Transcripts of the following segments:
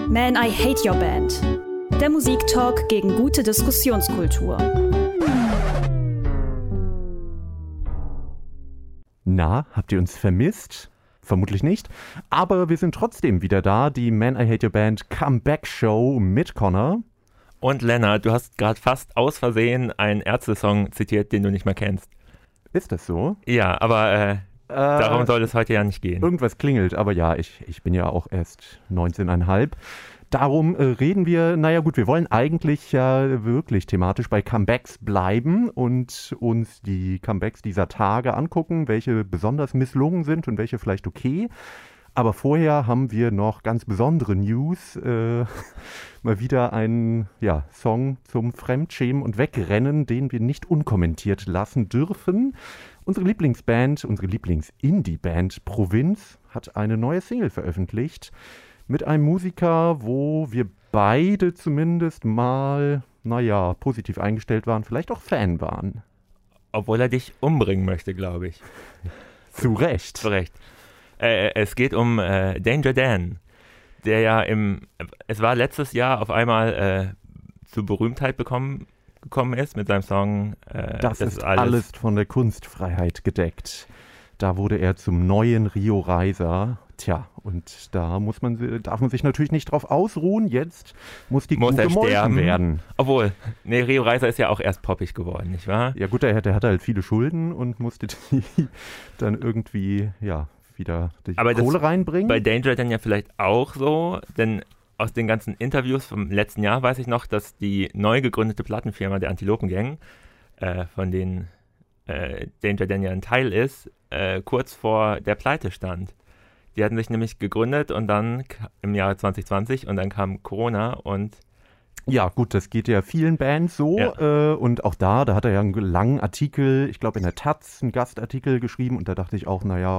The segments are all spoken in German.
Man, I Hate Your Band. Der Musiktalk gegen gute Diskussionskultur. Na, habt ihr uns vermisst? Vermutlich nicht. Aber wir sind trotzdem wieder da. Die Man, I Hate Your Band Comeback Show mit Connor. Und Lennart, du hast gerade fast aus Versehen einen Ärzte-Song zitiert, den du nicht mehr kennst. Ist das so? Ja, aber darum soll es heute ja nicht gehen. Irgendwas klingelt, aber ja, ich bin ja auch erst 19,5. Darum reden wir, naja gut, wir wollen eigentlich ja wirklich thematisch bei Comebacks bleiben und uns die Comebacks dieser Tage angucken, welche besonders misslungen sind und welche vielleicht okay. Aber vorher haben wir noch ganz besondere News. Mal wieder einen Song zum Fremdschämen und Wegrennen, den wir nicht unkommentiert lassen dürfen. Unsere Lieblingsband, unsere Lieblings-Indie-Band Provinz hat eine neue Single veröffentlicht mit einem Musiker, wo wir beide zumindest mal, positiv eingestellt waren, vielleicht auch Fan waren. Obwohl er dich umbringen möchte, glaube ich. Zu Recht. Zu Recht. Es geht um Danger Dan, der ja es war letztes Jahr auf einmal zur Berühmtheit gekommen ist mit seinem Song Das ist alles von der Kunstfreiheit gedeckt. Da wurde er zum neuen Rio Reiser. Tja, und da darf man sich natürlich nicht drauf ausruhen. Jetzt muss die Kuh gemolken werden. Obwohl, Rio Reiser ist ja auch erst poppig geworden, nicht wahr? Ja gut, er hatte halt viele Schulden und musste die dann irgendwie, wieder die Kohle reinbringen. Bei Danger dann ja vielleicht auch so, denn aus den ganzen Interviews vom letzten Jahr weiß ich noch, dass die neu gegründete Plattenfirma der Antilopen-Gang, von denen Danger Dan ja ein Teil ist, kurz vor der Pleite stand. Die hatten sich nämlich gegründet und dann im Jahr 2020 und dann kam Corona und ja, gut, das geht ja vielen Bands so. Ja. Und auch da hat er ja einen langen Artikel, ich glaube in der Taz, einen Gastartikel geschrieben und da dachte ich auch,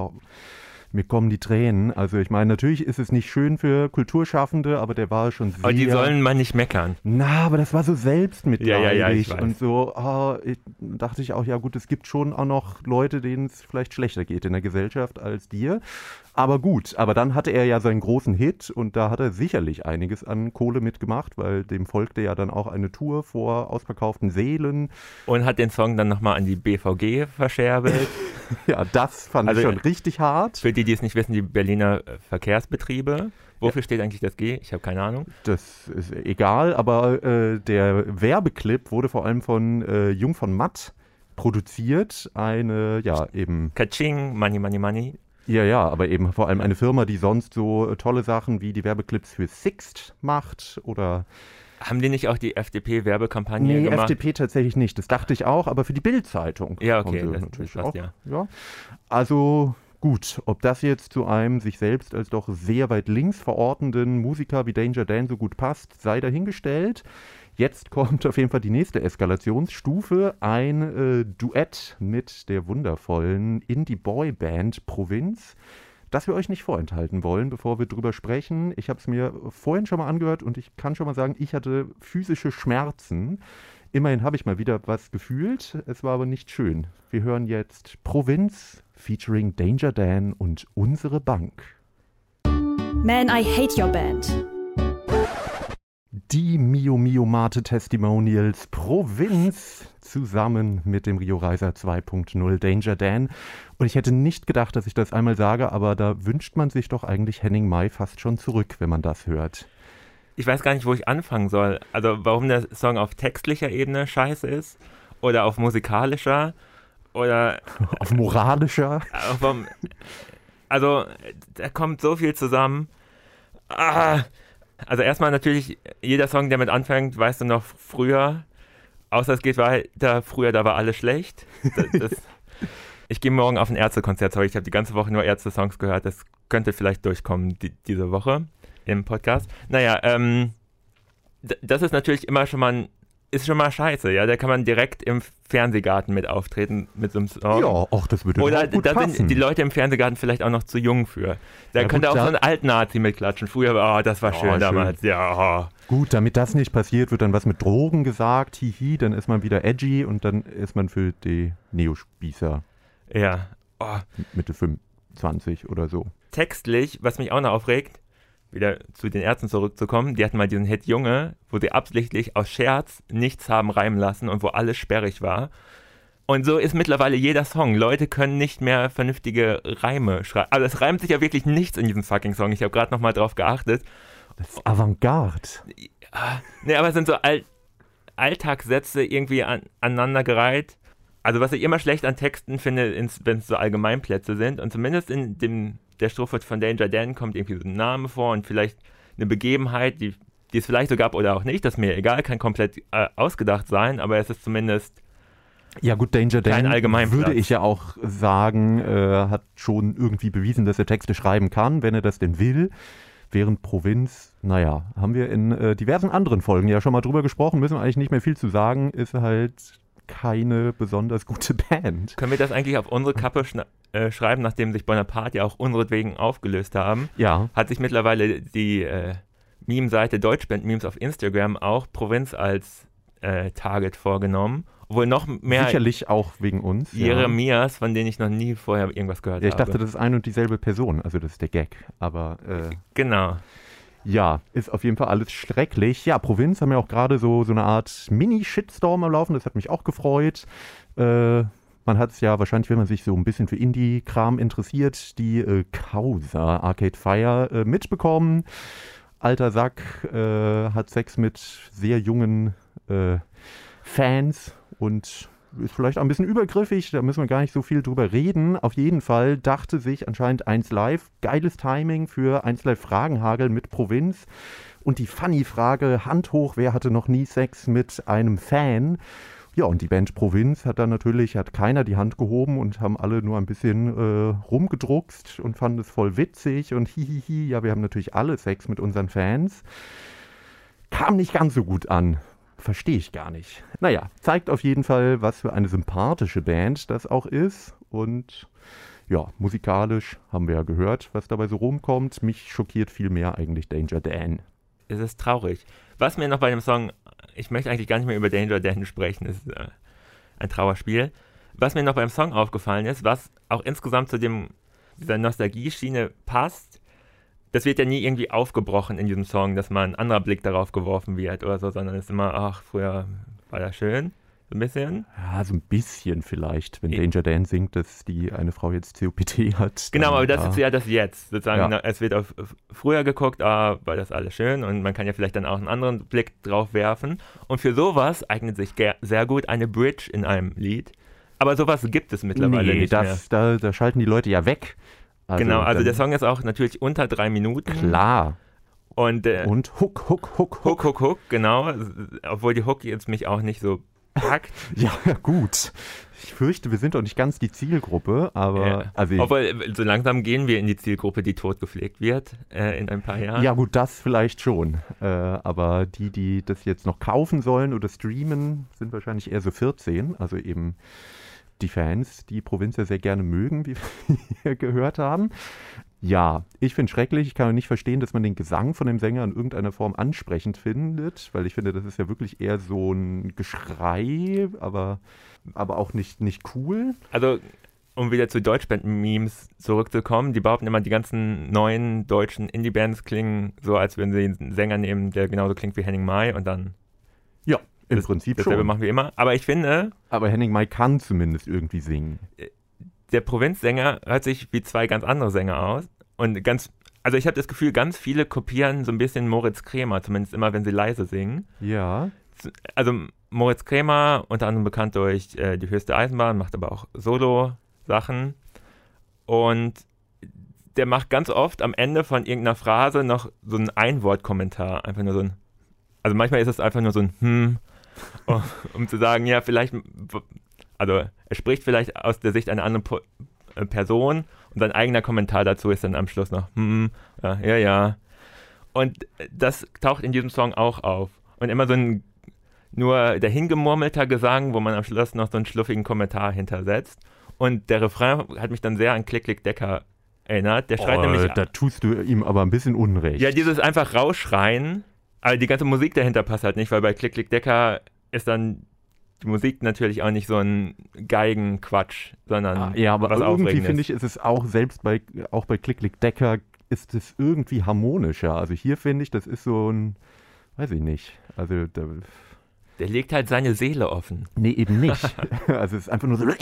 mir kommen die Tränen. Also ich meine, natürlich ist es nicht schön für Kulturschaffende, aber der war schon sehr... Aber die sollen mal nicht meckern. Aber das war so selbstmitleidig. Ja, ich weiß. Und so dachte ich auch, ja gut, es gibt schon auch noch Leute, denen es vielleicht schlechter geht in der Gesellschaft als dir. Aber gut, aber dann hatte er ja seinen großen Hit und da hat er sicherlich einiges an Kohle mitgemacht, weil dem folgte ja dann auch eine Tour vor ausverkauften Sälen. Und hat den Song dann nochmal an die BVG verscherbelt. Ja, das fand ich schon richtig hart. Für die es nicht wissen, die Berliner Verkehrsbetriebe. Wofür steht eigentlich das G? Ich habe keine Ahnung. Das ist egal, aber der Werbeclip wurde vor allem von Jung von Matt produziert. Eine, eben... Kaching, Money, Money, Money. Ja, aber eben vor allem eine Firma, die sonst so tolle Sachen wie die Werbeclips für Sixt macht oder... Haben die nicht auch die FDP-Werbekampagne gemacht? Nee, FDP tatsächlich nicht. Das dachte ich auch, aber für die Bild-Zeitung. Ja, okay. Das natürlich passt, auch. Ja. Also gut, ob das jetzt zu einem sich selbst als doch sehr weit links verortenden Musiker wie Danger Dan so gut passt, sei dahingestellt. Jetzt kommt auf jeden Fall die nächste Eskalationsstufe, ein Duett mit der wundervollen Indie-Boy-Band Provinz, das wir euch nicht vorenthalten wollen, bevor wir drüber sprechen. Ich habe es mir vorhin schon mal angehört und ich kann schon mal sagen, ich hatte physische Schmerzen. Immerhin habe ich mal wieder was gefühlt, es war aber nicht schön. Wir hören jetzt Provinz featuring Danger Dan und Unsere Bank. Man, I Hate Your Band. Die Mio Mio Mate Testimonials Provinz zusammen mit dem Rio Reiser 2.0 Danger Dan. Und ich hätte nicht gedacht, dass ich das einmal sage, aber da wünscht man sich doch eigentlich Henning Mai fast schon zurück, wenn man das hört. Ich weiß gar nicht, wo ich anfangen soll. Also warum der Song auf textlicher Ebene scheiße ist oder auf musikalischer oder... auf moralischer? Also da kommt so viel zusammen. Also erstmal natürlich, jeder Song, der mit anfängt, weißt du noch früher, außer es geht weiter, früher, da war alles schlecht. Ich gehe morgen auf ein Ärzte-Konzert, sorry, ich habe die ganze Woche nur Ärzte-Songs gehört, das könnte vielleicht durchkommen diese Woche im Podcast. Naja, das ist natürlich immer schon mal scheiße, ja, da kann man direkt im Fernsehgarten mit auftreten mit so einem Song. Ja, das würde oder gut da passen. Sind die Leute im Fernsehgarten vielleicht auch noch zu jung für. Da könnte auch so ein Alt-Nazi mitklatschen. Früher, das war schön damals. Ja. Gut, damit das nicht passiert, wird dann was mit Drogen gesagt, dann ist man wieder edgy und dann ist man für die Neospießer. Ja. Mitte 25 oder so. Textlich, was mich auch noch aufregt, wieder zu den Ärzten zurückzukommen, die hatten mal diesen Hit Junge, wo sie absichtlich aus Scherz nichts haben reimen lassen und wo alles sperrig war. Und so ist mittlerweile jeder Song. Leute können nicht mehr vernünftige Reime schreiben. Also es reimt sich ja wirklich nichts in diesem fucking Song. Ich habe gerade nochmal drauf geachtet. Das ist Avantgarde. Ne, aber es sind so Alltagssätze irgendwie aneinandergereiht. Also was ich immer schlecht an Texten finde, wenn es so Allgemeinplätze sind. Und zumindest in der Strophe von Danger Dan kommt irgendwie so ein Name vor und vielleicht eine Begebenheit, die es vielleicht so gab oder auch nicht. Das ist mir egal, kann komplett ausgedacht sein, aber es ist zumindest ja gut, Danger Dan würde ich ja auch sagen, hat schon irgendwie bewiesen, dass er Texte schreiben kann, wenn er das denn will. Während Provinz, naja, haben wir in diversen anderen Folgen ja schon mal drüber gesprochen, müssen wir eigentlich nicht mehr viel zu sagen, ist halt keine besonders gute Band. Können wir das eigentlich auf unsere Kappe schreiben, nachdem sich Bonaparte ja auch unseretwegen aufgelöst haben? Ja. Hat sich mittlerweile die Meme-Seite Deutschband-Memes auf Instagram auch Provinz als Target vorgenommen. Obwohl noch mehr sicherlich auch wegen uns. Jeremias, von denen ich noch nie vorher irgendwas gehört habe. Ja, ich dachte, das ist ein und dieselbe Person, also das ist der Gag. Aber genau. Ja, ist auf jeden Fall alles schrecklich. Ja, Provinz haben ja auch gerade so eine Art Mini-Shitstorm am Laufen, das hat mich auch gefreut. Man hat es ja wahrscheinlich, wenn man sich so ein bisschen für Indie-Kram interessiert, die Causa Arcade Fire mitbekommen. Alter Sack hat Sex mit sehr jungen Fans und ist vielleicht auch ein bisschen übergriffig, da müssen wir gar nicht so viel drüber reden. Auf jeden Fall dachte sich anscheinend 1Live, geiles Timing für 1Live Fragenhagel mit Provinz. Und die Funny-Frage, Hand hoch, wer hatte noch nie Sex mit einem Fan? Ja, und die Band Provinz hat keiner die Hand gehoben und haben alle nur ein bisschen rumgedruckst und fanden es voll witzig und hihihi, ja, wir haben natürlich alle Sex mit unseren Fans. Kam nicht ganz so gut an. Verstehe ich gar nicht. Naja, zeigt auf jeden Fall, was für eine sympathische Band das auch ist. Und ja, musikalisch haben wir ja gehört, was dabei so rumkommt. Mich schockiert viel mehr eigentlich Danger Dan. Es ist traurig. Was mir noch bei dem Song, ich möchte eigentlich gar nicht mehr über Danger Dan sprechen, ist ein Trauerspiel. Was mir noch beim Song aufgefallen ist, was auch insgesamt zu dieser Nostalgie-Schiene passt, das wird ja nie irgendwie aufgebrochen in diesem Song, dass mal ein anderer Blick darauf geworfen wird oder so, sondern es ist immer, ach, früher war das schön, so ein bisschen. Ja, so ein bisschen vielleicht, wenn Danger Dan singt, dass die eine Frau jetzt COPD hat. Genau, aber das ist ja das Jetzt. Sozusagen, es wird auf früher geguckt, war das alles schön und man kann ja vielleicht dann auch einen anderen Blick drauf werfen. Und für sowas eignet sich sehr gut eine Bridge in einem Lied. Aber sowas gibt es mittlerweile nicht mehr. Da schalten die Leute ja weg. Also genau, also der Song ist auch natürlich unter 3 Minuten. Klar. Und Hook, genau. Obwohl die Hook jetzt mich auch nicht so packt. Ja, gut. Ich fürchte, wir sind doch nicht ganz die Zielgruppe, aber... Ja. Obwohl, so langsam gehen wir in die Zielgruppe, die tot gepflegt wird in ein paar Jahren. Ja gut, das vielleicht schon. Aber die das jetzt noch kaufen sollen oder streamen, sind wahrscheinlich eher so 14. Also eben... die Fans, die Provinz ja sehr gerne mögen, wie wir hier gehört haben. Ja, ich finde es schrecklich. Ich kann auch nicht verstehen, dass man den Gesang von dem Sänger in irgendeiner Form ansprechend findet, weil ich finde, das ist ja wirklich eher so ein Geschrei, aber auch nicht cool. Also, um wieder zu Deutschband-Memes zurückzukommen, die behaupten immer, die ganzen neuen deutschen Indie-Bands klingen so, als würden sie einen Sänger nehmen, der genauso klingt wie Henning Mai und dann... Ja. Im Prinzip dasselbe schon. machen wir immer. Aber ich finde... Aber Henning Mai kann zumindest irgendwie singen. Der Provinzsänger hört sich wie zwei ganz andere Sänger aus. Und also ich habe das Gefühl, ganz viele kopieren so ein bisschen Moritz Kremer, zumindest immer, wenn sie leise singen. Ja. Also Moritz Kremer, unter anderem bekannt durch die höchste Eisenbahn, macht aber auch Solo-Sachen. Und der macht ganz oft am Ende von irgendeiner Phrase noch so einen Einwort-Kommentar. Einfach nur so ein... Also manchmal ist es einfach nur so ein um zu sagen, ja, vielleicht, also er spricht vielleicht aus der Sicht einer anderen Person und sein eigener Kommentar dazu ist dann am Schluss noch ja. Und das taucht in diesem Song auch auf. Und immer so ein nur dahingemurmelter Gesang, wo man am Schluss noch so einen schluffigen Kommentar hintersetzt. Und der Refrain hat mich dann sehr an Klick, Klick, Decker erinnert. Der schreit nämlich... Da tust du ihm aber ein bisschen Unrecht. Ja, dieses einfach rausschreien. Aber die ganze Musik dahinter passt halt nicht, weil bei Klick, Klick, Decker ist dann die Musik natürlich auch nicht so ein Geigenquatsch, sondern ja, aber was irgendwie Aufregendes. finde ich, ist es auch selbst bei Klick, Klick, Decker ist es irgendwie harmonischer. Also hier finde ich, das ist so ein, weiß ich nicht, also Der legt halt seine Seele offen. nee, eben nicht. Also es ist einfach nur so.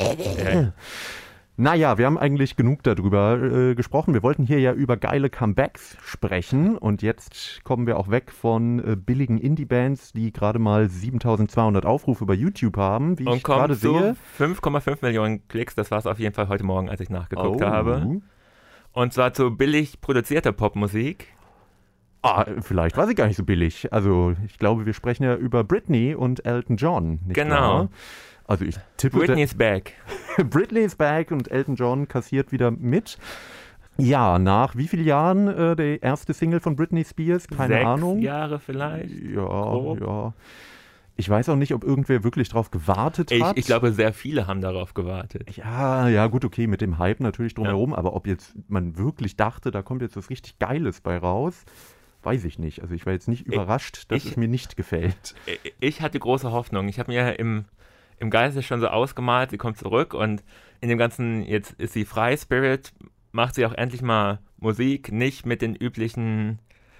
Naja, wir haben eigentlich genug darüber gesprochen. Wir wollten hier ja über geile Comebacks sprechen und jetzt kommen wir auch weg von billigen Indie-Bands, die gerade mal 7.200 Aufrufe bei YouTube haben, wie Und ich gerade sehe. 5,5 Millionen Klicks, das war es auf jeden Fall heute Morgen, als ich nachgeguckt habe. Und zwar zu billig produzierter Popmusik. Vielleicht war sie gar nicht so billig. Also ich glaube, wir sprechen ja über Britney und Elton John, nicht Genau. wahr? Also ich tippe, Britney's back. Britney ist back und Elton John kassiert wieder mit. Ja, nach wie vielen Jahren der erste Single von Britney Spears? Keine 6 Ahnung. Jahre vielleicht. Ja, grob. ja. Ich weiß auch nicht, ob irgendwer wirklich drauf gewartet hat. Ich glaube, sehr viele haben darauf gewartet. Ja, gut, okay, mit dem Hype natürlich drumherum, aber ob jetzt man wirklich dachte, da kommt jetzt was richtig Geiles bei raus, weiß ich nicht. Also ich war jetzt nicht überrascht, dass es mir nicht gefällt. Ich hatte große Hoffnung. Ich habe mir im Geiste schon so ausgemalt, sie kommt zurück und in dem ganzen, jetzt ist sie frei, Spirit, macht sie auch endlich mal Musik, nicht mit den üblichen,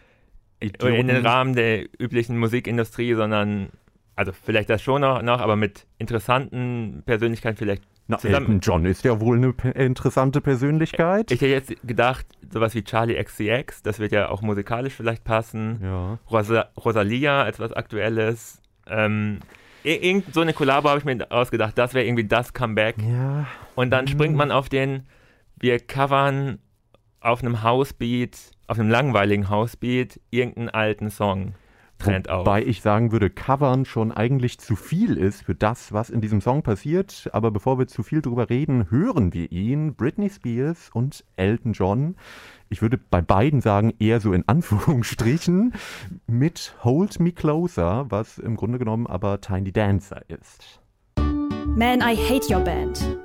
in den Rahmen der üblichen Musikindustrie, sondern, also vielleicht das schon noch, aber mit interessanten Persönlichkeiten vielleicht zusammen. Elton John ist ja wohl eine interessante Persönlichkeit. Ich hätte jetzt gedacht, sowas wie Charli XCX, das wird ja auch musikalisch vielleicht passen. Ja. Rosalia als was Aktuelles. Irgend so eine Kollabo habe ich mir ausgedacht, das wäre irgendwie das Comeback. Ja. Und dann springt man auf wir covern auf einem Housebeat, auf einem langweiligen Housebeat, irgendeinen alten Song. Trend auf. Wobei ich sagen würde, covern schon eigentlich zu viel ist für das, was in diesem Song passiert. Aber bevor wir zu viel drüber reden, hören wir ihn, Britney Spears und Elton John. Ich würde bei beiden sagen, eher so in Anführungsstrichen, mit Hold Me Closer, was im Grunde genommen aber Tiny Dancer ist. Man, I Hate Your Band.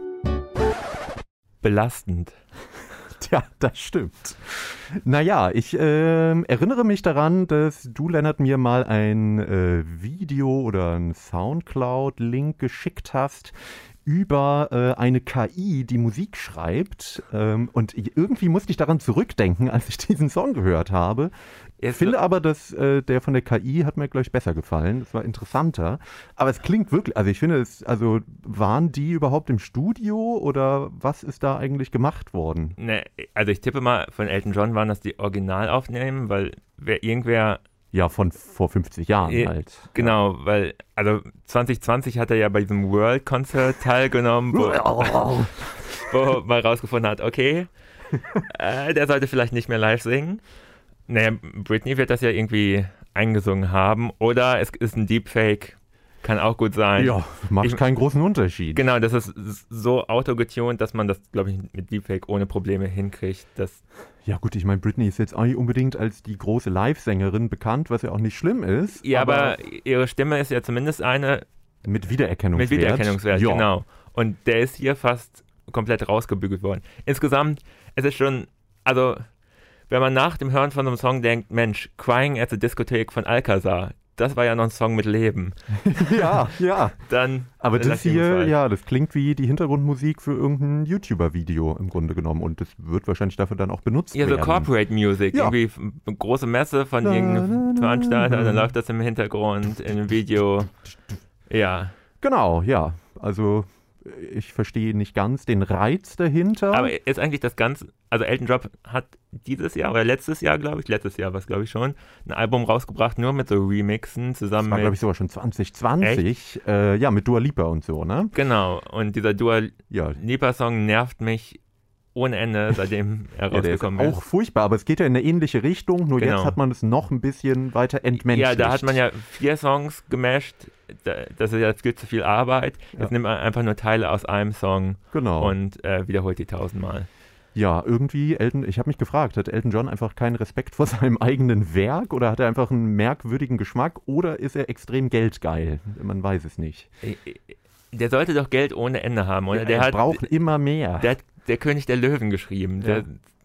Belastend. Tja, das stimmt. Naja, ich erinnere mich daran, dass du, Lennart, mir mal ein Video oder einen Soundcloud-Link geschickt hast über eine KI, die Musik schreibt. Und irgendwie musste ich daran zurückdenken, als ich diesen Song gehört habe. Ich finde aber, dass der von der KI hat mir, glaube ich, besser gefallen. Das war interessanter. Aber es klingt wirklich, also ich finde also waren die überhaupt im Studio oder was ist da eigentlich gemacht worden? Ne, also ich tippe mal, von Elton John waren das die Originalaufnahmen, weil irgendwer... Ja, von vor 50 Jahren halt. Genau, weil, also 2020 hat er ja bei diesem World Concert teilgenommen, wo man rausgefunden hat, okay, der sollte vielleicht nicht mehr live singen. Naja, Britney wird das ja irgendwie eingesungen haben. Oder es ist ein Deepfake. Kann auch gut sein. Ja, macht keinen großen Unterschied. Genau, das ist so autogetuned, dass man das, glaube ich, mit Deepfake ohne Probleme hinkriegt. Ja gut, ich meine, Britney ist jetzt auch nicht unbedingt als die große Live-Sängerin bekannt, was ja auch nicht schlimm ist. Ja, aber ihre Stimme ist ja zumindest eine... Mit Wiedererkennungswert. Mit Wiedererkennungswert, ja. Genau. Und der ist hier fast komplett rausgebügelt worden. Insgesamt, es ist schon, also... Wenn man nach dem Hören von so einem Song denkt, Mensch, Crying at the Discotheque von Alcazar, das war ja noch ein Song mit Leben. Ja. Dann. Aber das hier, ja, das klingt wie die Hintergrundmusik für irgendein YouTuber-Video im Grunde genommen und das wird wahrscheinlich dafür dann auch benutzt werden. Ja, so Corporate Music, irgendwie eine große Messe von irgendeinem Veranstalter, dann läuft das im Hintergrund in einem Video. Ja. Genau, ja. Also ich verstehe nicht ganz den Reiz dahinter. Aber ist eigentlich das Ganze, also Elton John hat dieses Jahr oder letztes Jahr war es glaube ich schon, ein Album rausgebracht, nur mit so Remixen zusammen. Das war glaube ich sogar schon 2020, ja, mit Dua Lipa und so, ne? Genau, und dieser Dua Lipa-Song nervt mich ohne Ende, seitdem er rausgekommen ist. Auch furchtbar, aber es geht ja in eine ähnliche Richtung, nur jetzt hat man es noch ein bisschen weiter entmenschlicht. Ja, da hat man ja 4 Songs gemasht, das ist ja viel zu viel Arbeit. Jetzt nimmt man einfach nur Teile aus einem Song und wiederholt die 1000-mal. Ja, irgendwie, ich habe mich gefragt, hat Elton John einfach keinen Respekt vor seinem eigenen Werk oder hat er einfach einen merkwürdigen Geschmack oder ist er extrem geldgeil? Man weiß es nicht. Der sollte doch Geld ohne Ende haben, oder? Der braucht immer mehr. Der hat der König der Löwen geschrieben. Ja.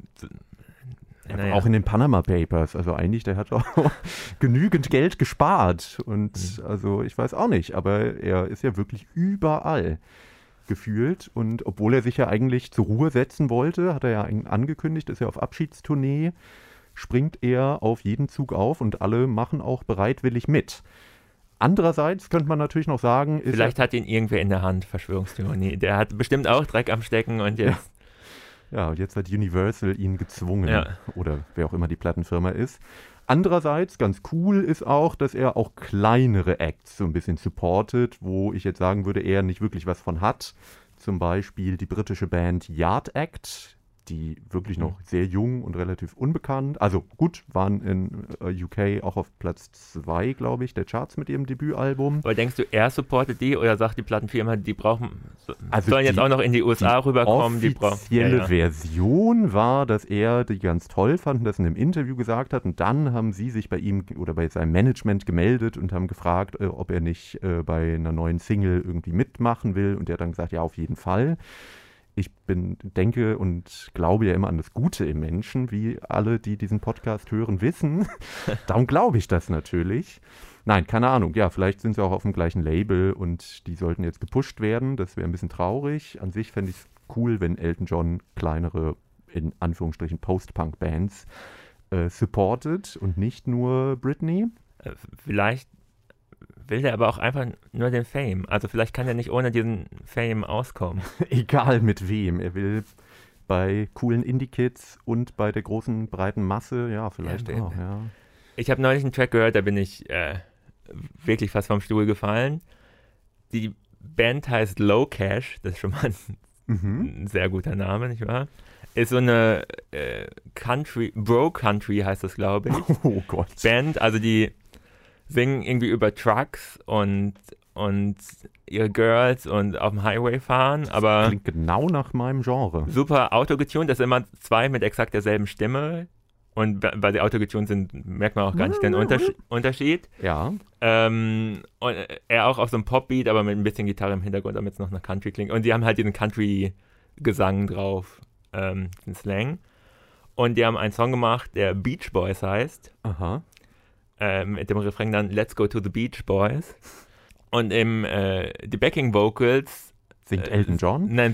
Auch in den Panama Papers. Also eigentlich, der hat auch genügend Geld gespart. Und also ich weiß auch nicht, aber er ist ja wirklich überall. gefühlt. Und obwohl er sich ja eigentlich zur Ruhe setzen wollte, hat er ja angekündigt, ist ja auf Abschiedstournee, springt er auf jeden Zug auf und alle machen auch bereitwillig mit. Andererseits könnte man natürlich noch sagen, vielleicht hat ihn irgendwer in der Hand, Verschwörungstheorie. Der hat bestimmt auch Dreck am Stecken und jetzt... Ja, und jetzt hat Universal ihn gezwungen, oder wer auch immer die Plattenfirma ist. Andererseits, ganz cool ist auch, dass er auch kleinere Acts so ein bisschen supportet, wo ich jetzt sagen würde, er nicht wirklich was von hat. Zum Beispiel die britische Band Yard Act, die wirklich noch sehr jung und relativ unbekannt, also gut, waren in UK auch auf Platz 2, glaube ich, der Charts mit ihrem Debütalbum. Aber denkst du, er supportet die oder sagt die Plattenfirma, die brauchen, sollen jetzt auch noch in die USA rüberkommen? Die offizielle Version war, dass er die ganz toll fanden, das in einem Interview gesagt hat, und dann haben sie sich bei ihm oder bei seinem Management gemeldet und haben gefragt, ob er nicht bei einer neuen Single irgendwie mitmachen will, und er hat dann gesagt, ja, auf jeden Fall. Ich denke und glaube ja immer an das Gute im Menschen, wie alle, die diesen Podcast hören, wissen. Darum glaube ich das natürlich. Nein, keine Ahnung. Ja, vielleicht sind sie auch auf dem gleichen Label und die sollten jetzt gepusht werden. Das wäre ein bisschen traurig. An sich fände ich es cool, wenn Elton John kleinere, in Anführungsstrichen, Post-Punk-Bands supportet und nicht nur Britney. Vielleicht will der aber auch einfach nur den Fame. Also vielleicht kann er nicht ohne diesen Fame auskommen. Egal mit wem. Er will bei coolen Indie-Kids und bei der großen, breiten Masse, ja, vielleicht auch. Ja. Ich habe neulich einen Track gehört, da bin ich wirklich fast vom Stuhl gefallen. Die Band heißt Low Cash, das ist schon mal ein sehr guter Name, nicht wahr? Ist so eine Bro-Country heißt das, glaube ich. Oh Gott. Band, also die singen irgendwie über Trucks und ihre Girls und auf dem Highway fahren, aber... Das klingt genau nach meinem Genre. Super autogetuned, das sind immer zwei mit exakt derselben Stimme, und weil sie autogetuned sind, merkt man auch gar nicht den Unterschied. Ja. Und er auch auf so einem Popbeat, aber mit ein bisschen Gitarre im Hintergrund, damit es noch nach Country klingt. Und die haben halt diesen Country-Gesang drauf, den Slang. Und die haben einen Song gemacht, der Beach Boys heißt. Aha. Mit dem Refrain dann Let's Go to the Beach Boys. Und die Backing Vocals singt Elton John? Nein,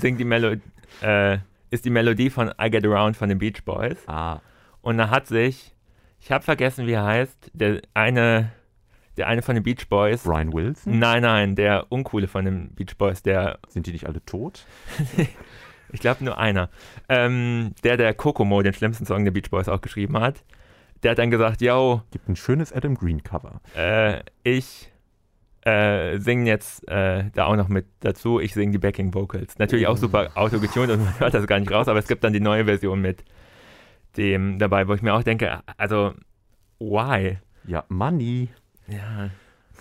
ist die Melodie von I Get Around von den Beach Boys. Ah. Und da hat sich, ich habe vergessen, wie er heißt, der eine von den Beach Boys. Brian Wilson? Nein, der Uncoole von den Beach Boys, Sind die nicht alle tot? Ich glaube nur einer. Der Kokomo, den schlimmsten Song der Beach Boys, auch geschrieben hat. Der hat dann gesagt, yo. Gibt ein schönes Adam Green Cover. Ich singe jetzt da auch noch mit dazu. Ich singe die Backing Vocals. Natürlich auch super autogetuned und man hört das gar nicht raus, aber es gibt dann die neue Version mit dem dabei, wo ich mir auch denke, also, why? Ja, Money. Ja.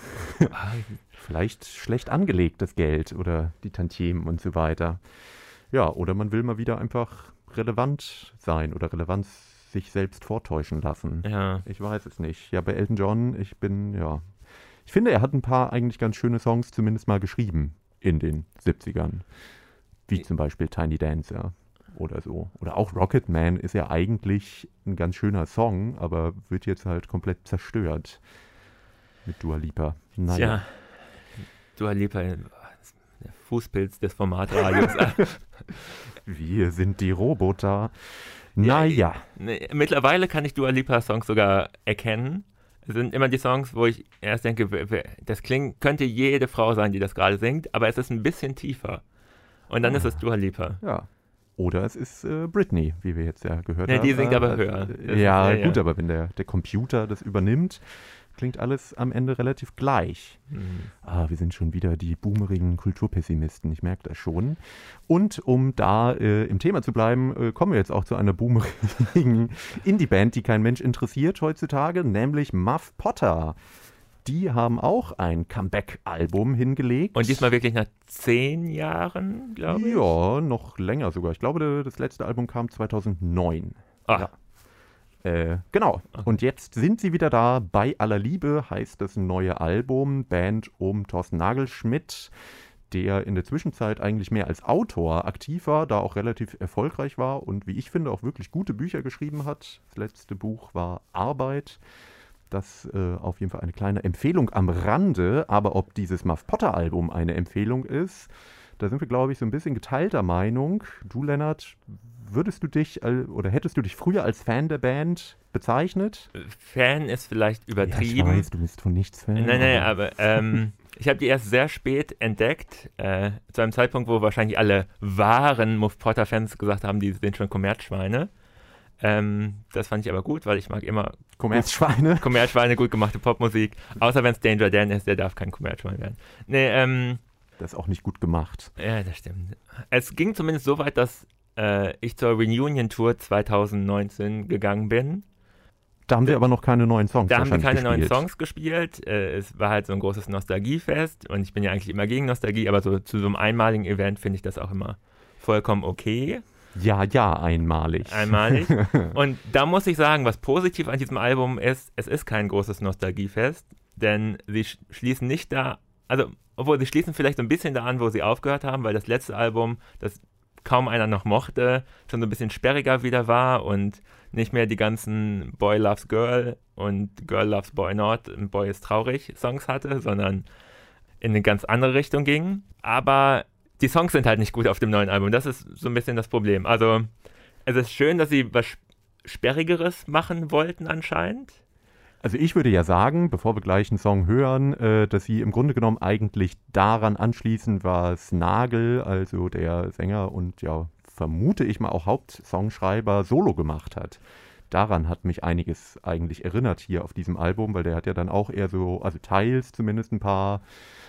Vielleicht schlecht angelegt, das Geld oder die Tantiemen und so weiter. Ja, oder man will mal wieder einfach relevant sein oder Relevanz sich selbst vortäuschen lassen. Ja. Ich weiß es nicht. Ja, bei Elton John, ich finde, er hat ein paar eigentlich ganz schöne Songs zumindest mal geschrieben in den 70ern. Wie zum Beispiel Tiny Dancer oder so. Oder auch Rocket Man ist ja eigentlich ein ganz schöner Song, aber wird jetzt halt komplett zerstört mit Dua Lipa. Naja. Tja, Dua Lipa, der Fußpilz des Formatradios. Wir sind die Roboter. Naja. Mittlerweile kann ich Dua Lipa Songs sogar erkennen. Es sind immer die Songs, wo ich erst denke, das könnte jede Frau sein, die das gerade singt, aber es ist ein bisschen tiefer. Und dann ist es Dua Lipa. Ja. Oder es ist Britney, wie wir jetzt ja gehört haben. Ja, die singt aber höher. Ja, gut, aber wenn der Computer das übernimmt, klingt alles am Ende relativ gleich. Wir sind schon wieder die boomerigen Kulturpessimisten, ich merke das schon. Und um da im Thema zu bleiben, kommen wir jetzt auch zu einer boomerigen Indie-Band, die kein Mensch interessiert heutzutage, nämlich Muff Potter. Die haben auch ein Comeback-Album hingelegt. Und diesmal wirklich nach 10 Jahren, glaube ich? Ja, noch länger sogar. Ich glaube, das letzte Album kam 2009. Ah. Ja. Genau. Okay. Und jetzt sind sie wieder da. Bei aller Liebe heißt das neue Album. Band um Thorsten Nagelschmidt, der in der Zwischenzeit eigentlich mehr als Autor aktiv war, da auch relativ erfolgreich war und wie ich finde auch wirklich gute Bücher geschrieben hat. Das letzte Buch war Arbeit. Das auf jeden Fall eine kleine Empfehlung am Rande, aber ob dieses Muff Potter Album eine Empfehlung ist, Da sind wir, glaube ich, so ein bisschen geteilter Meinung. Du, Lennart, würdest du dich oder hättest du dich früher als Fan der Band bezeichnet? Fan ist vielleicht übertrieben. Ja, ich weiß, du bist von nichts Fan. Nein, aber ich habe die erst sehr spät entdeckt, zu einem Zeitpunkt, wo wahrscheinlich alle wahren Muff Potter-Fans gesagt haben, die sind schon Kommerzschweine. Das fand ich aber gut, weil ich mag immer Kommerzschweine, gut gemachte Popmusik. Außer wenn es Danger Dan ist, der darf kein Kommerzschwein werden. Nee, das ist auch nicht gut gemacht. Ja, das stimmt. Es ging zumindest so weit, dass ich zur Reunion-Tour 2019 gegangen bin. Da haben wir aber noch keine neuen Songs gespielt. Da haben wir keine gespielt. neuen Songs gespielt. Es war halt so ein großes Nostalgiefest und ich bin ja eigentlich immer gegen Nostalgie, aber so zu so einem einmaligen Event finde ich das auch immer vollkommen okay. Ja, einmalig. Und da muss ich sagen, was positiv an diesem Album ist, es ist kein großes Nostalgiefest, denn sie schließen nicht da, also obwohl sie schließen vielleicht so ein bisschen da an, wo sie aufgehört haben, weil das letzte Album, das kaum einer noch mochte, schon so ein bisschen sperriger wieder war und nicht mehr die ganzen Boy Loves Girl und Girl Loves Boy Not und Boy ist traurig Songs hatte, sondern in eine ganz andere Richtung ging. Aber die Songs sind halt nicht gut auf dem neuen Album. Das ist so ein bisschen das Problem. Also es ist schön, dass sie was Sperrigeres machen wollten anscheinend. Also ich würde ja sagen, bevor wir gleich einen Song hören, dass sie im Grunde genommen eigentlich daran anschließen, was Nagel, also der Sänger und ja, vermute ich mal auch Hauptsongschreiber, solo gemacht hat. Daran hat mich einiges eigentlich erinnert hier auf diesem Album, weil der hat ja dann auch eher so, also teils zumindest ein paar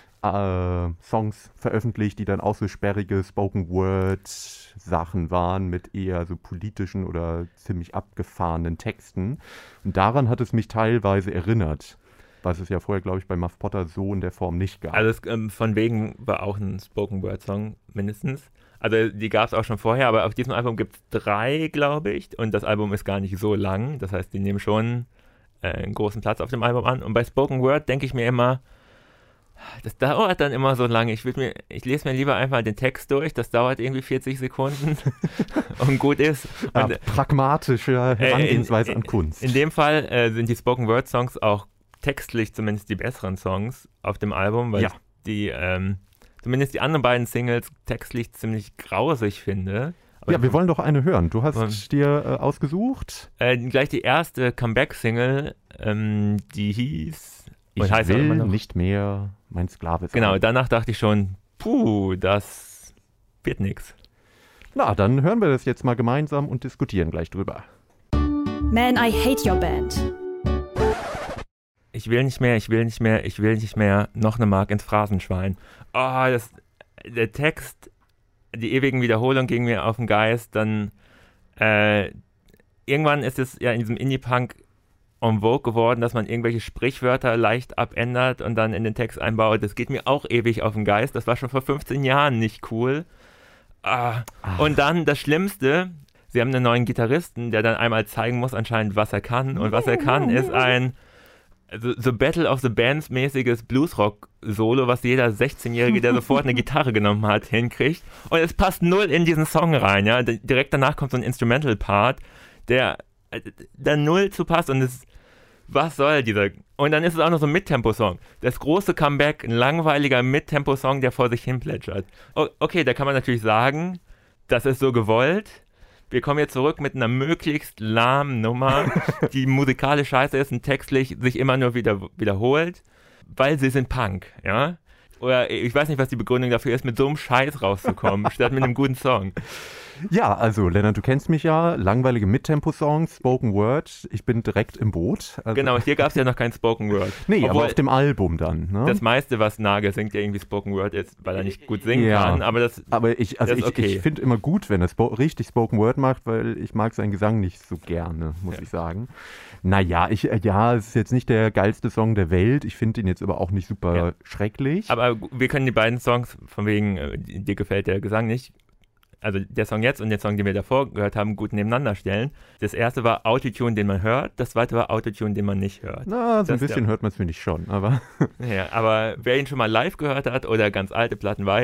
Songs veröffentlicht, die dann auch so sperrige Spoken-Word-Sachen waren mit eher so politischen oder ziemlich abgefahrenen Texten. Und daran hat es mich teilweise erinnert, was es ja vorher, glaube ich, bei Muff Potter so in der Form nicht gab. Also von wegen war auch ein Spoken-Word-Song mindestens. Also die gab es auch schon vorher, aber auf diesem Album gibt es 3, glaube ich. Und das Album ist gar nicht so lang. Das heißt, die nehmen schon einen großen Platz auf dem Album an. Und bei Spoken-Word denke ich mir immer, das dauert dann immer so lange. Ich lese mir lieber einfach den Text durch. Das dauert irgendwie 40 Sekunden und gut ist. Und, pragmatische Herangehensweise an Kunst. In dem Fall sind die Spoken-Word-Songs auch textlich zumindest die besseren Songs auf dem Album, weil ich die, zumindest die anderen beiden Singles textlich ziemlich grausig finde. Aber ja, wir wollen doch eine hören. Du hast dir ausgesucht? Gleich die erste Comeback-Single, die hieß Ich will nicht mehr mein Sklave sein. Genau, danach dachte ich schon, das wird nix. Na, dann hören wir das jetzt mal gemeinsam und diskutieren gleich drüber. Man, I hate your band. Ich will nicht mehr, noch eine Mark ins Phrasenschwein. Der Text, die ewigen Wiederholungen gingen mir auf den Geist, dann irgendwann ist es ja in diesem Indie-Punk en vogue geworden, dass man irgendwelche Sprichwörter leicht abändert und dann in den Text einbaut. Das geht mir auch ewig auf den Geist. Das war schon vor 15 Jahren nicht cool. Und dann das Schlimmste, sie haben einen neuen Gitarristen, der dann einmal zeigen muss anscheinend, was er kann. Und was er kann, ist ein so Battle of the Bands mäßiges Bluesrock-Solo, was jeder 16-Jährige, der sofort eine Gitarre genommen hat, hinkriegt. Und es passt null in diesen Song rein. Ja? Direkt danach kommt so ein Instrumental-Part, der da null zu passt und was soll dieser? Und dann ist es auch noch so ein Mittempo-Song. Das große Comeback, ein langweiliger Mittempo-Song, der vor sich hin plätschert. Okay, da kann man natürlich sagen, das ist so gewollt. Wir kommen jetzt zurück mit einer möglichst lahmen Nummer, die musikalisch scheiße ist und textlich sich immer nur wiederholt, weil sie sind Punk, ja? Oder ich weiß nicht, was die Begründung dafür ist, mit so einem Scheiß rauszukommen, statt mit einem guten Song. Ja, also Lennart, du kennst mich ja, langweilige Mittempo-Songs, Spoken Word, ich bin direkt im Boot. Also genau, hier gab es ja noch kein Spoken Word. Nee, aber auf dem Album dann. Ne? Das meiste, was Nagel singt, ja irgendwie Spoken Word ist, weil er nicht gut singen kann, aber ich finde immer gut, wenn er richtig Spoken Word macht, weil ich mag seinen Gesang nicht so gerne, muss ich sagen. Naja, es ist jetzt nicht der geilste Song der Welt, ich finde ihn jetzt aber auch nicht super schrecklich. Aber wir können die beiden Songs, von wegen, dir gefällt der Gesang nicht, also der Song jetzt und der Song, den wir davor gehört haben, gut nebeneinander stellen. Das erste war Autotune, den man hört, das zweite war Autotune, den man nicht hört. Na, so ein bisschen hört man es, finde ich schon, aber... Ja, aber wer ihn schon mal live gehört hat oder ganz alte Platten weiß,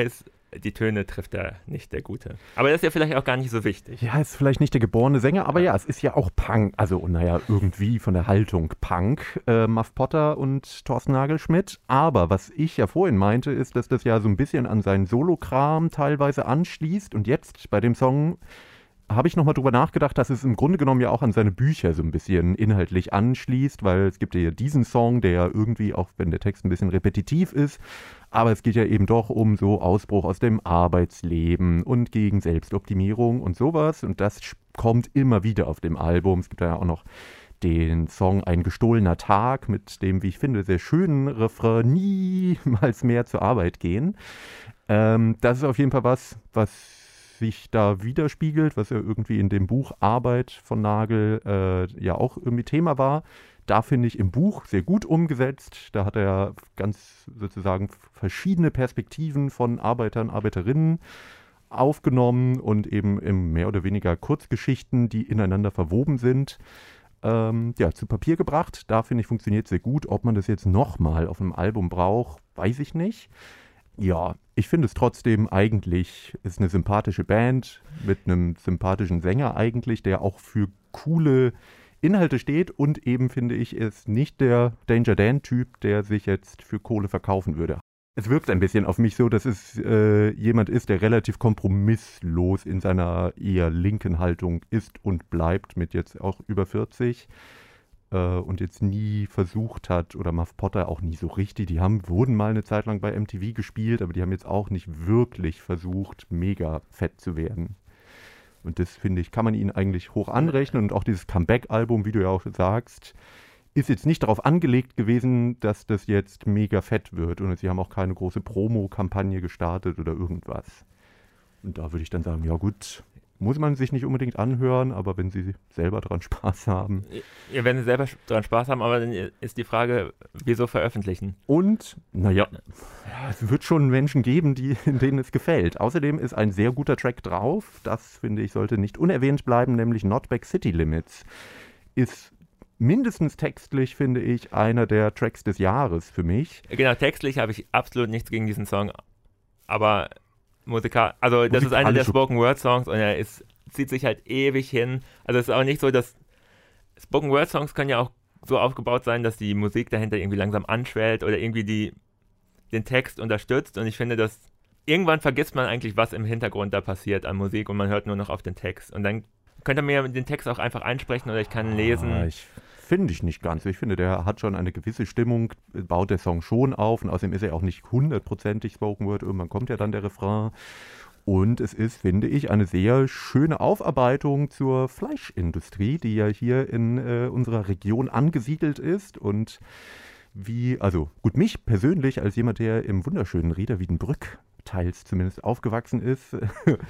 die Töne trifft er nicht, der Gute. Aber das ist ja vielleicht auch gar nicht so wichtig. Ja, ist vielleicht nicht der geborene Sänger, aber ja, es ist ja auch Punk. Also, naja, irgendwie von der Haltung Punk, Muff Potter und Thorsten Nagelschmidt. Aber was ich ja vorhin meinte, ist, dass das ja so ein bisschen an seinen Solokram teilweise anschließt. Und jetzt bei dem Song habe ich nochmal drüber nachgedacht, dass es im Grunde genommen ja auch an seine Bücher so ein bisschen inhaltlich anschließt, weil es gibt ja diesen Song, der ja irgendwie, auch wenn der Text ein bisschen repetitiv ist, aber es geht ja eben doch um so Ausbruch aus dem Arbeitsleben und gegen Selbstoptimierung und sowas. Und das kommt immer wieder auf dem Album. Es gibt ja auch noch den Song Ein gestohlener Tag mit dem, wie ich finde, sehr schönen Refrain niemals mehr zur Arbeit gehen. Das ist auf jeden Fall was sich da widerspiegelt, was ja irgendwie in dem Buch Arbeit von Nagel ja auch irgendwie Thema war. Da finde ich im Buch sehr gut umgesetzt. Da hat er ja ganz sozusagen verschiedene Perspektiven von Arbeitern, Arbeiterinnen aufgenommen und eben im mehr oder weniger Kurzgeschichten, die ineinander verwoben sind, ja, zu Papier gebracht. Da finde ich, funktioniert sehr gut. Ob man das jetzt nochmal auf einem Album braucht, weiß ich nicht. Ja, ich finde es trotzdem eigentlich, ist eine sympathische Band mit einem sympathischen Sänger eigentlich, der auch für coole Inhalte steht und eben, finde ich, ist nicht der Danger Dan-Typ, der sich jetzt für Kohle verkaufen würde. Es wirkt ein bisschen auf mich so, dass es jemand ist, der relativ kompromisslos in seiner eher linken Haltung ist und bleibt mit jetzt auch über 40. Und jetzt nie versucht hat, oder Muff Potter auch nie so richtig, wurden mal eine Zeit lang bei MTV gespielt, aber die haben jetzt auch nicht wirklich versucht, mega fett zu werden. Und das, finde ich, kann man ihnen eigentlich hoch anrechnen. Und auch dieses Comeback-Album, wie du ja auch sagst, ist jetzt nicht darauf angelegt gewesen, dass das jetzt mega fett wird. Und sie haben auch keine große Promo-Kampagne gestartet oder irgendwas. Und da würde ich dann sagen, ja gut, muss man sich nicht unbedingt anhören, aber wenn sie selber dran Spaß haben. Ja, wenn sie selber dran Spaß haben, aber dann ist die Frage, wieso veröffentlichen? Und, naja, es wird schon Menschen geben, denen es gefällt. Außerdem ist ein sehr guter Track drauf, das, finde ich, sollte nicht unerwähnt bleiben, nämlich Not Back City Limits. Ist mindestens textlich, finde ich, einer der Tracks des Jahres für mich. Genau, textlich habe ich absolut nichts gegen diesen Song, aber also das ist einer der Spoken-Word-Songs und er zieht sich halt ewig hin. Also es ist auch nicht so, dass Spoken-Word-Songs können ja auch so aufgebaut sein, dass die Musik dahinter irgendwie langsam anschwellt oder irgendwie den Text unterstützt. Und ich finde, dass irgendwann vergisst man eigentlich, was im Hintergrund da passiert an Musik und man hört nur noch auf den Text. Und dann könnt ihr mir den Text auch einfach einsprechen oder ich kann lesen. Finde ich nicht ganz. Ich finde, der hat schon eine gewisse Stimmung, baut der Song schon auf und außerdem ist er auch nicht 100%ig Spoken Word. Irgendwann kommt ja dann der Refrain. Und es ist, finde ich, eine sehr schöne Aufarbeitung zur Fleischindustrie, die ja hier in unserer Region angesiedelt ist. Und mich persönlich als jemand, der im wunderschönen Rieder Wiedenbrück teils zumindest aufgewachsen ist,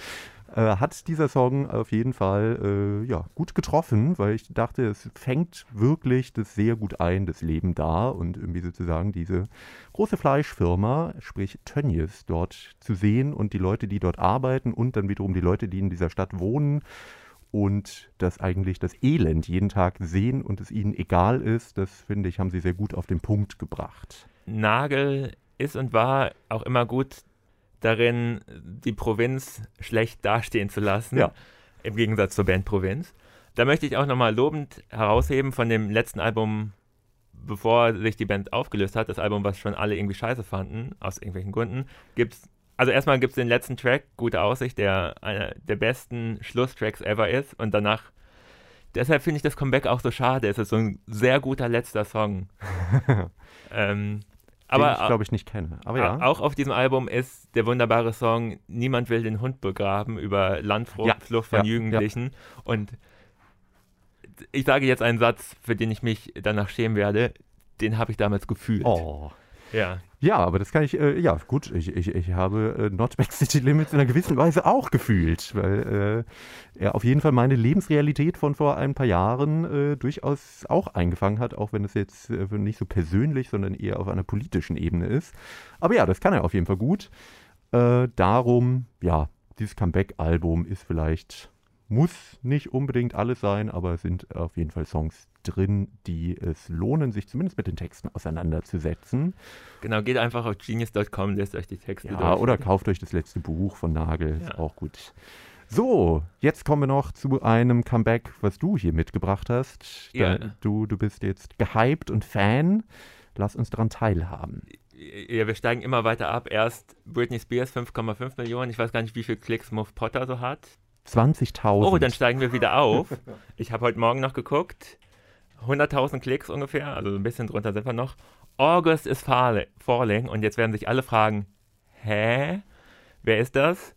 hat dieser Song auf jeden Fall gut getroffen, weil ich dachte, es fängt wirklich das sehr gut ein, das Leben da und irgendwie sozusagen diese große Fleischfirma, sprich Tönnies, dort zu sehen und die Leute, die dort arbeiten und dann wiederum die Leute, die in dieser Stadt wohnen und das eigentlich das Elend jeden Tag sehen und es ihnen egal ist, das finde ich, haben sie sehr gut auf den Punkt gebracht. Nagel ist und war auch immer gut darin, die Provinz schlecht dastehen zu lassen, im Gegensatz zur Band Provinz. Da möchte ich auch nochmal lobend herausheben von dem letzten Album, bevor sich die Band aufgelöst hat, das Album, was schon alle irgendwie scheiße fanden, aus irgendwelchen Gründen, erstmal gibt es den letzten Track, Gute Aussicht, der einer der besten Schlusstracks ever ist und danach, deshalb finde ich das Comeback auch so schade, es ist so ein sehr guter letzter Song. Aber den ich, glaube ich, nicht kenne. Aber ja. Auch auf diesem Album ist der wunderbare Song Niemand will den Hund begraben über Landflucht von Jugendlichen. Ja. Und ich sage jetzt einen Satz, für den ich mich danach schämen werde. Den habe ich damals gefühlt. Oh. Ja, aber das kann ich, gut, ich habe Not Back City Limits in einer gewissen Weise auch gefühlt, weil er auf jeden Fall meine Lebensrealität von vor ein paar Jahren durchaus auch eingefangen hat, auch wenn es jetzt nicht so persönlich, sondern eher auf einer politischen Ebene ist. Aber ja, das kann er auf jeden Fall gut. Darum, dieses Comeback-Album ist vielleicht Muss nicht unbedingt alles sein, aber es sind auf jeden Fall Songs drin, die es lohnen, sich zumindest mit den Texten auseinanderzusetzen. Genau, geht einfach auf genius.com, lest euch die Texte Ja, durch. oder kauft euch das letzte Buch von Nagel, ist auch gut. So, jetzt kommen wir noch zu einem Comeback, was du hier mitgebracht hast. Ja. Du bist jetzt gehypt und Fan. Lass uns daran teilhaben. Ja, wir steigen immer weiter ab. Erst Britney Spears, 5,5 Millionen. Ich weiß gar nicht, wie viele Klicks Muff Potter so hat. 20.000. Oh, dann steigen wir wieder auf. Ich habe heute Morgen noch geguckt. 100.000 Klicks ungefähr, also ein bisschen drunter sind wir noch. August is Falling. Und jetzt werden sich alle fragen, hä? Wer ist das?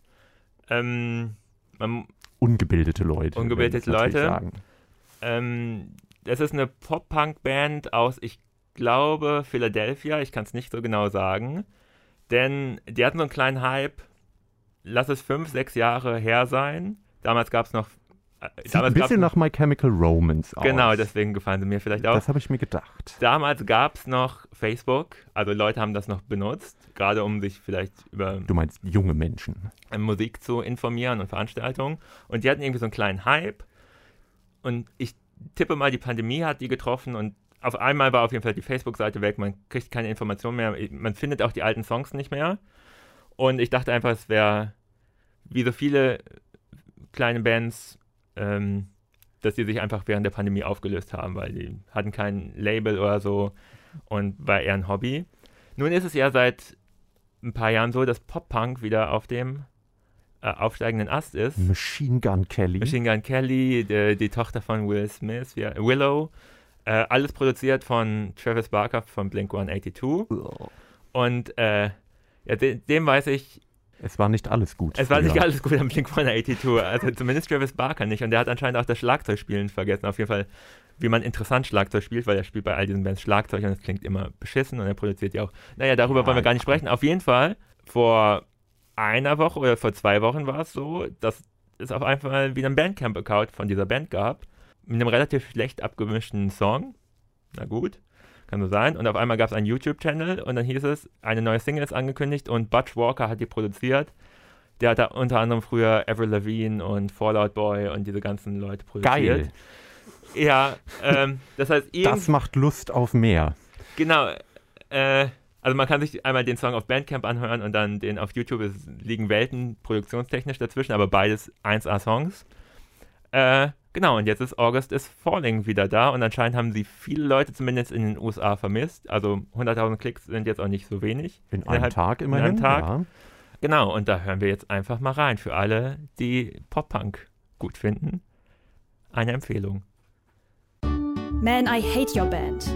Ungebildete Leute. Ungebildete würde ich natürlich Leute. sagen. Das ist eine Pop-Punk-Band aus, ich glaube, Philadelphia. Ich kann es nicht so genau sagen. Denn die hatten so einen kleinen Hype. Lass es 5, 6 Jahre her sein. Damals gab es noch... Sieht ein bisschen nach My Chemical Romance aus. Genau, deswegen gefallen sie mir vielleicht auch. Das habe ich mir gedacht. Damals gab es noch Facebook, also Leute haben das noch benutzt, gerade um sich vielleicht über Du meinst junge Menschen. Musik zu informieren und Veranstaltungen. Und die hatten irgendwie so einen kleinen Hype. Und ich tippe mal, die Pandemie hat die getroffen und auf einmal war auf jeden Fall die Facebook-Seite weg, man kriegt keine Informationen mehr, man findet auch die alten Songs nicht mehr. Und ich dachte einfach, es wäre, wie so viele kleine Bands, dass die sich einfach während der Pandemie aufgelöst haben, weil die hatten kein Label oder so und war eher ein Hobby. Nun ist es ja seit ein paar Jahren so, dass Pop-Punk wieder auf dem aufsteigenden Ast ist. Machine Gun Kelly. Machine Gun Kelly, die Tochter von Will Smith, Willow. Alles produziert von Travis Barker von Blink-182. Und dem weiß ich, es war nicht alles gut. Es war nicht alles gut am Blink-182, also zumindest Travis Barker nicht. Und der hat anscheinend auch das Schlagzeugspielen vergessen. Auf jeden Fall, wie man interessant Schlagzeug spielt, weil er spielt bei all diesen Bands Schlagzeug und es klingt immer beschissen und er produziert ja auch. Naja, darüber wollen wir gar nicht sprechen. Auf jeden Fall, vor einer Woche oder vor 2 Wochen war es so, dass es auf einmal wieder einen Bandcamp-Account von dieser Band gab, mit einem relativ schlecht abgemischten Song. Na gut. Kann so sein. Und auf einmal gab es einen YouTube-Channel und dann hieß es, eine neue Single ist angekündigt und Butch Walker hat die produziert. Der hat da unter anderem früher Avril Lavigne und Fall Out Boy und diese ganzen Leute produziert. Geil. Ja, das heißt... Das macht Lust auf mehr. Genau. Also man kann sich einmal den Song auf Bandcamp anhören und dann den auf YouTube. Es liegen Welten produktionstechnisch dazwischen, aber beides 1A-Songs. Genau, und jetzt ist August is Falling wieder da und anscheinend haben sie viele Leute zumindest in den USA vermisst. Also 100.000 Klicks sind jetzt auch nicht so wenig. In einem Tag immerhin. In einem Tag. Ja. Genau, und da hören wir jetzt einfach mal rein. Für alle, die Pop-Punk gut finden, eine Empfehlung. Man, I Hate Your Band.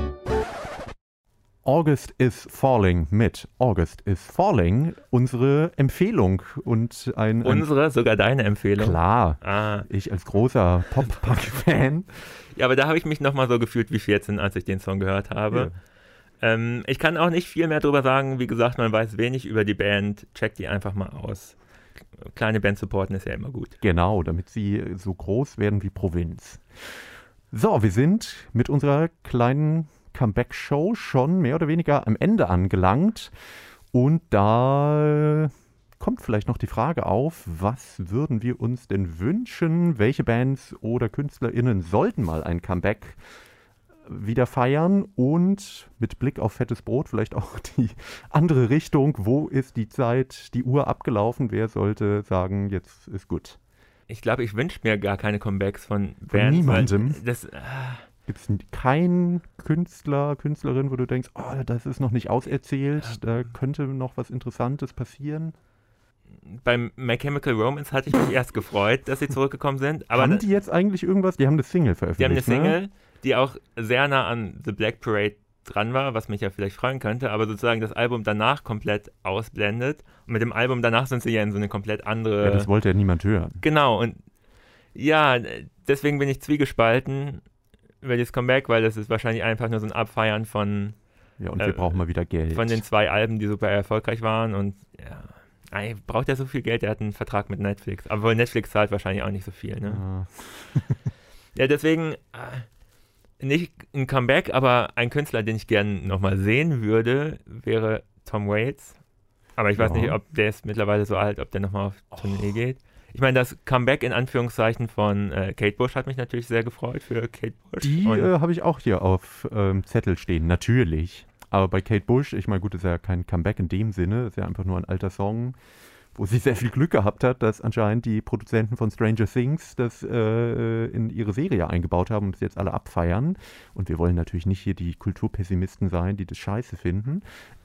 August is Falling mit August is Falling, unsere Empfehlung und sogar deine Empfehlung. Klar, ich als großer Pop-Punk-Fan. Ja, aber da habe ich mich nochmal so gefühlt wie 14, als ich den Song gehört habe. Ja. Ich kann auch nicht viel mehr drüber sagen. Wie gesagt, man weiß wenig über die Band. Checkt die einfach mal aus. Kleine Band supporten ist ja immer gut. Genau, damit sie so groß werden wie Provinz. So, wir sind mit unserer kleinen Comeback-Show schon mehr oder weniger am Ende angelangt. Und da kommt vielleicht noch die Frage auf, was würden wir uns denn wünschen? Welche Bands oder KünstlerInnen sollten mal ein Comeback wieder feiern? Und mit Blick auf fettes Brot vielleicht auch die andere Richtung. Wo ist die Zeit, die Uhr abgelaufen? Wer sollte sagen, jetzt ist gut? Ich glaube, ich wünsche mir gar keine Comebacks von Bands. Von niemandem? Das... Gibt es keinen Künstler, Künstlerin, wo du denkst, oh, das ist noch nicht auserzählt, da könnte noch was Interessantes passieren? Beim My Chemical Romance hatte ich mich erst gefreut, dass sie zurückgekommen sind. Aber haben die jetzt eigentlich irgendwas? Die haben eine Single veröffentlicht, Die haben eine Single, die auch sehr nah an The Black Parade dran war, was mich ja vielleicht freuen könnte, aber sozusagen das Album danach komplett ausblendet. Und mit dem Album danach sind sie ja in so eine komplett andere... Ja, das wollte ja niemand hören. Genau, und ja, deswegen bin ich zwiegespalten über dieses Comeback, weil das ist wahrscheinlich einfach nur so ein Abfeiern von... Ja, und wir brauchen mal wieder Geld. Von den 2 Alben, die super erfolgreich waren und ja, braucht ja so viel Geld, der hat einen Vertrag mit Netflix. Aber Netflix zahlt wahrscheinlich auch nicht so viel, ne? Ja, deswegen nicht ein Comeback, aber ein Künstler, den ich gerne nochmal sehen würde, wäre Tom Waits. Aber ich weiß nicht, ob der ist mittlerweile so alt, ob der nochmal auf Tournee geht. Ich meine, das Comeback in Anführungszeichen von Kate Bush hat mich natürlich sehr gefreut für Kate Bush. Die habe ich auch hier auf Zettel stehen, natürlich. Aber bei Kate Bush, ich meine, gut, ist ja kein Comeback in dem Sinne, ist ja einfach nur ein alter Song, wo sie sehr viel Glück gehabt hat, dass anscheinend die Produzenten von Stranger Things das in ihre Serie eingebaut haben und das jetzt alle abfeiern. Und wir wollen natürlich nicht hier die Kulturpessimisten sein, die das scheiße finden.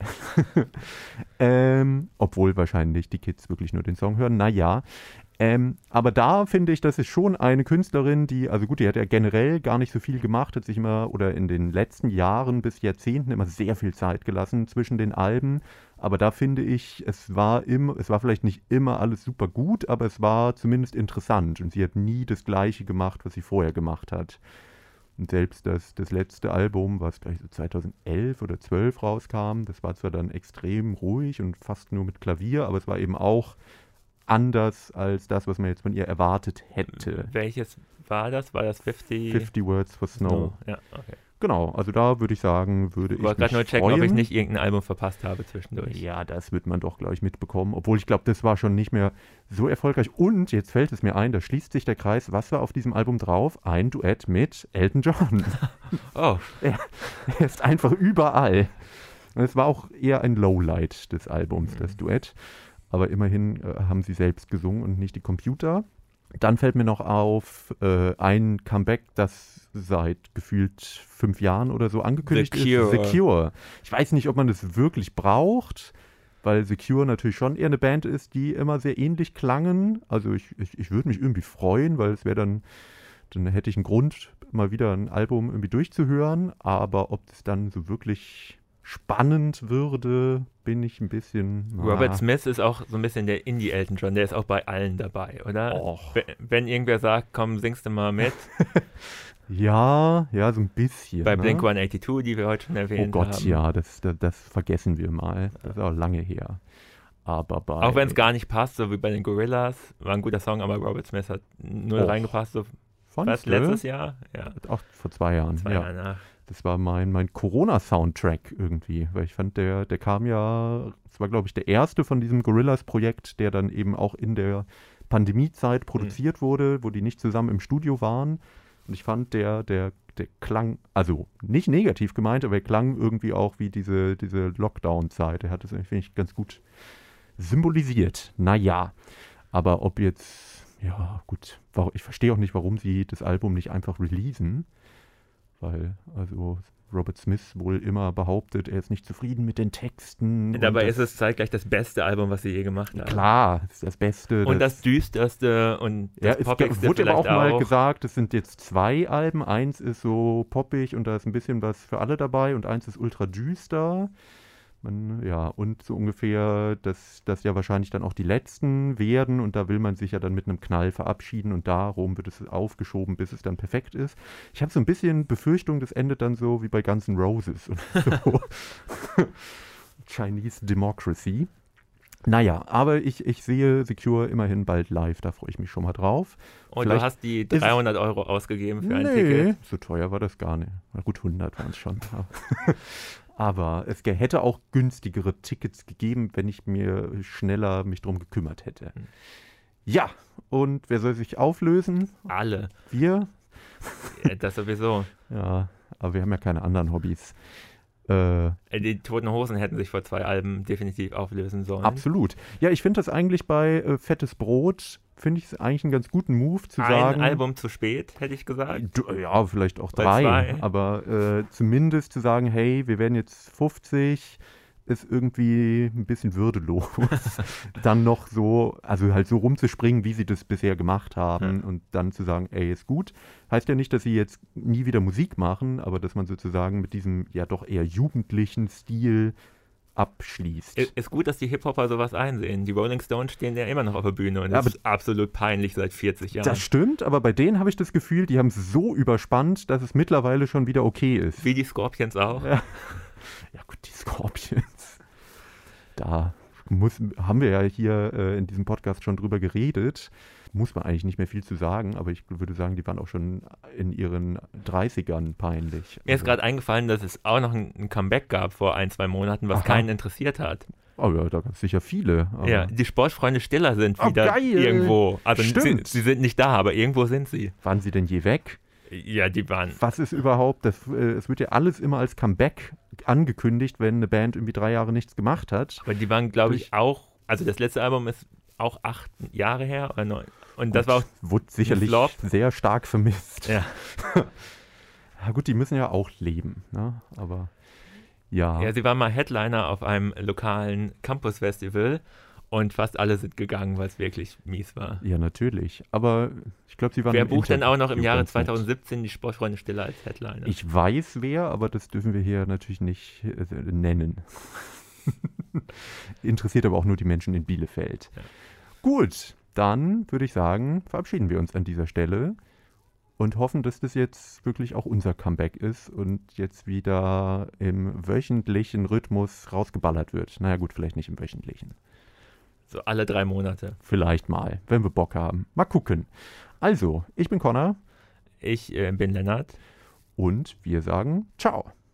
Obwohl wahrscheinlich die Kids wirklich nur den Song hören. Naja. Aber da finde ich, das ist schon eine Künstlerin, die, also gut, die hat ja generell gar nicht so viel gemacht, hat sich immer oder in den letzten Jahren bis Jahrzehnten immer sehr viel Zeit gelassen zwischen den Alben. Aber da finde ich, es war vielleicht nicht immer alles super gut, aber es war zumindest interessant und sie hat nie das Gleiche gemacht, was sie vorher gemacht hat. Und selbst das letzte Album, was gleich so 2011 oder 12 rauskam, das war zwar dann extrem ruhig und fast nur mit Klavier, aber es war eben auch anders als das, was man jetzt von ihr erwartet hätte. Welches war das? War das 50 Words for Snow. Ja, okay. Genau, also da würde ich sagen, ich wollte gerade nur checken, ob ich nicht irgendein Album verpasst habe zwischendurch. Ja, das wird man doch, glaube ich, mitbekommen. Obwohl ich glaube, das war schon nicht mehr so erfolgreich. Und jetzt fällt es mir ein, da schließt sich der Kreis. Was war auf diesem Album drauf? Ein Duett mit Elton John. Oh. Er ist einfach überall. Und es war auch eher ein Lowlight des Albums, das Duett. Aber immerhin haben sie selbst gesungen und nicht die Computer. Dann fällt mir noch auf ein Comeback, das seit gefühlt 5 Jahren oder so angekündigt ist. The Cure. Ich weiß nicht, ob man das wirklich braucht, weil The Cure natürlich schon eher eine Band ist, die immer sehr ähnlich klangen. Also ich würde mich irgendwie freuen, weil es wäre dann hätte ich einen Grund, mal wieder ein Album irgendwie durchzuhören. Aber ob es dann so wirklich spannend würde, bin ich ein bisschen... Robert Smith ist auch so ein bisschen der Indie-Elton John, der ist auch bei allen dabei, oder? Och. Wenn irgendwer sagt, komm, singst du mal mit. Ja, so ein bisschen. Bei Blink-182, die wir heute schon erwähnt haben. Oh Gott, ja, das vergessen wir mal. Das ist auch lange her. Aber auch wenn es gar nicht passt, so wie bei den Gorillas, war ein guter Song, aber Robert Smith hat null reingepasst. So was, letztes Jahr? Ja. Auch vor 2 Jahren. 2 Jahre nach. Das war mein Corona-Soundtrack irgendwie, weil ich fand, der kam ja, das war glaube ich der erste von diesem Gorillaz-Projekt, der dann eben auch in der Pandemiezeit produziert wurde, wo die nicht zusammen im Studio waren. Und ich fand, der klang, also nicht negativ gemeint, aber er klang irgendwie auch wie diese Lockdown-Zeit. Er hat das, finde ich, ganz gut symbolisiert. Naja, aber ob jetzt, ja gut, ich verstehe auch nicht, warum sie das Album nicht einfach releasen. Weil, also Robert Smith wohl immer behauptet, er ist nicht zufrieden mit den Texten. Dabei ist es zeitgleich das beste Album, was sie je gemacht haben. Klar, ist das Beste. Und das Düsterste und das Poppigste. Es wurde aber auch mal gesagt, es sind jetzt 2 Alben. Eins ist so poppig und da ist ein bisschen was für alle dabei und eins ist ultra düster. Und so ungefähr, dass das ja wahrscheinlich dann auch die letzten werden und da will man sich ja dann mit einem Knall verabschieden und darum wird es aufgeschoben, bis es dann perfekt ist. Ich habe so ein bisschen Befürchtung, das endet dann so wie bei Guns N' Roses und so. Chinese Democracy. Naja, aber ich sehe The Cure immerhin bald live, da freue ich mich schon mal drauf. Und vielleicht du hast die 300 € ausgegeben für ein Ticket? Nee, so teuer war das gar nicht. Na gut, 100 waren es schon. Aber es hätte auch günstigere Tickets gegeben, wenn ich mir schneller mich drum gekümmert hätte. Ja, und wer soll sich auflösen? Alle. Wir? Ja, das sowieso. Ja, aber wir haben ja keine anderen Hobbys. Die Toten Hosen hätten sich vor 2 Alben definitiv auflösen sollen. Absolut. Ja, ich finde das eigentlich bei Fettes Brot, finde ich es eigentlich einen ganz guten Move zu sagen. Ein Album zu spät, hätte ich gesagt. Ja, vielleicht auch 3. Aber zumindest zu sagen, hey, wir werden jetzt 50, ist irgendwie ein bisschen würdelos. Dann noch so, also halt so rumzuspringen, wie sie das bisher gemacht haben und dann zu sagen, ey, ist gut. Heißt ja nicht, dass sie jetzt nie wieder Musik machen, aber dass man sozusagen mit diesem ja doch eher jugendlichen Stil abschließt. Ist gut, dass die Hip-Hopper sowas einsehen. Die Rolling Stones stehen ja immer noch auf der Bühne und das ist absolut peinlich seit 40 Jahren. Das stimmt, aber bei denen habe ich das Gefühl, die haben es so überspannt, dass es mittlerweile schon wieder okay ist. Wie die Scorpions auch. Ja gut, die Scorpions. Da haben wir ja hier in diesem Podcast schon drüber geredet. Muss man eigentlich nicht mehr viel zu sagen, aber ich würde sagen, die waren auch schon in ihren 30ern peinlich. Mir ist gerade eingefallen, dass es auch noch ein Comeback gab vor 1-2 Monaten, was keinen interessiert hat. Oh ja, da gab es sicher viele. Aber Ja, die Sportfreunde Stiller sind Oh, wieder geil. irgendwo. Also Stimmt. sie sind nicht da, aber irgendwo sind sie. waren sie denn je weg? Ja, die waren. Was ist überhaupt, es wird ja alles immer als Comeback angekündigt, wenn eine Band irgendwie 3 Jahre nichts gemacht hat. Aber die waren, glaube ich, auch. Also das letzte Album ist auch 8 Jahre her oder 9. Und das war auch. Wurde sicherlich Flop. sehr stark vermisst. Ja. Ja gut, die müssen ja auch leben, ne? Aber ja. Ja, sie waren mal Headliner auf einem lokalen Campus-Festival und fast alle sind gegangen, weil es wirklich mies war. Ja, natürlich. Aber ich glaube, sie waren Wer im bucht denn auch noch im Interview Jahre ganz nett. 2017 die Sportfreunde Stiller als Headliner? Ich weiß wer, aber das dürfen wir hier natürlich nicht nennen. Interessiert aber auch nur die Menschen in Bielefeld. Ja. Gut, dann würde ich sagen, verabschieden wir uns an dieser Stelle und hoffen, dass das jetzt wirklich auch unser Comeback ist und jetzt wieder im wöchentlichen Rhythmus rausgeballert wird. Naja gut, vielleicht nicht im wöchentlichen. So alle 3 Monate. Vielleicht mal, wenn wir Bock haben. Mal gucken. Also, ich bin Connor Ich bin Lennart. und wir sagen ciao.